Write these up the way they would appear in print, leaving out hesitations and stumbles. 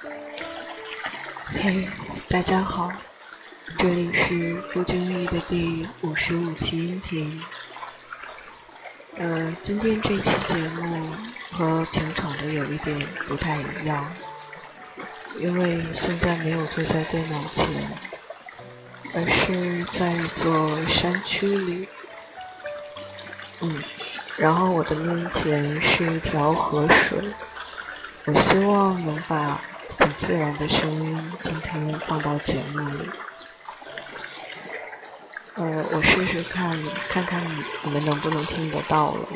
嘿，大家好，这里是朱经义的第55期音频。今天这期节目和平常的有一点不太一样，因为现在没有坐在电脑前，而是在一座山区里。然后我的面前是一条河水，我希望能把很自然的声音今天放到节目里。我试试看你们能不能听得到了。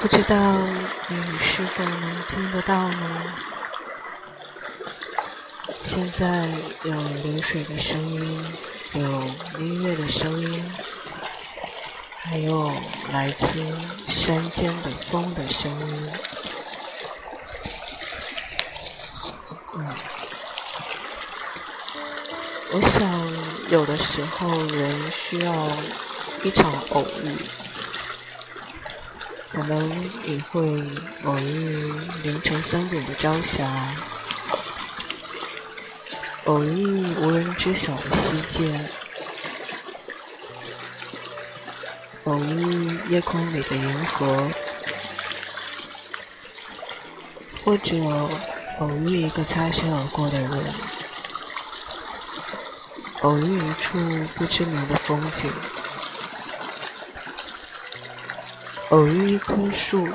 不知道你是否能听得到呢？现在有流水的声音，有音乐的声音，还有来自山间的风的声音。我想有的时候人需要一场偶遇，可能你会偶遇凌晨3点的朝霞，偶遇无人知晓的溪涧，偶遇夜空里的银河，或者偶遇一个擦身而过的人，偶遇一处不知名的风景，偶遇一棵树，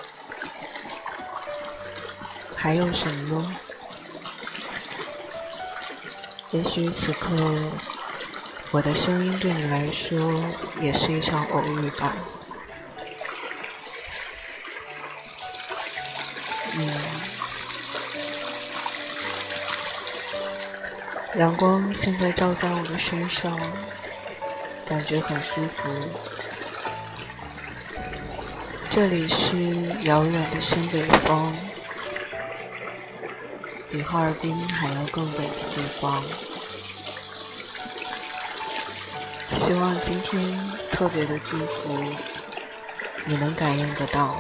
还有什么呢？也许此刻我的声音对你来说也是一场偶遇吧。阳光现在照在我的身上，感觉很舒服。这里是遥远的深北方，比哈尔滨还要更北的地方。希望今天特别的祝福你能感应得到。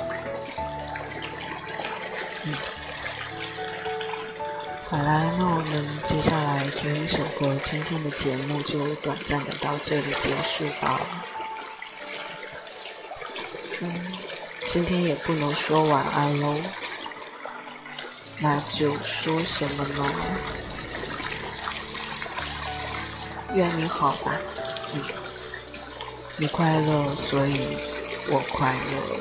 好啦，那我们接下来听一首歌，今天的节目就短暂的到这里结束吧。今天也不能说晚安喽，那就说什么呢？愿你好吧。你快乐，所以我快乐。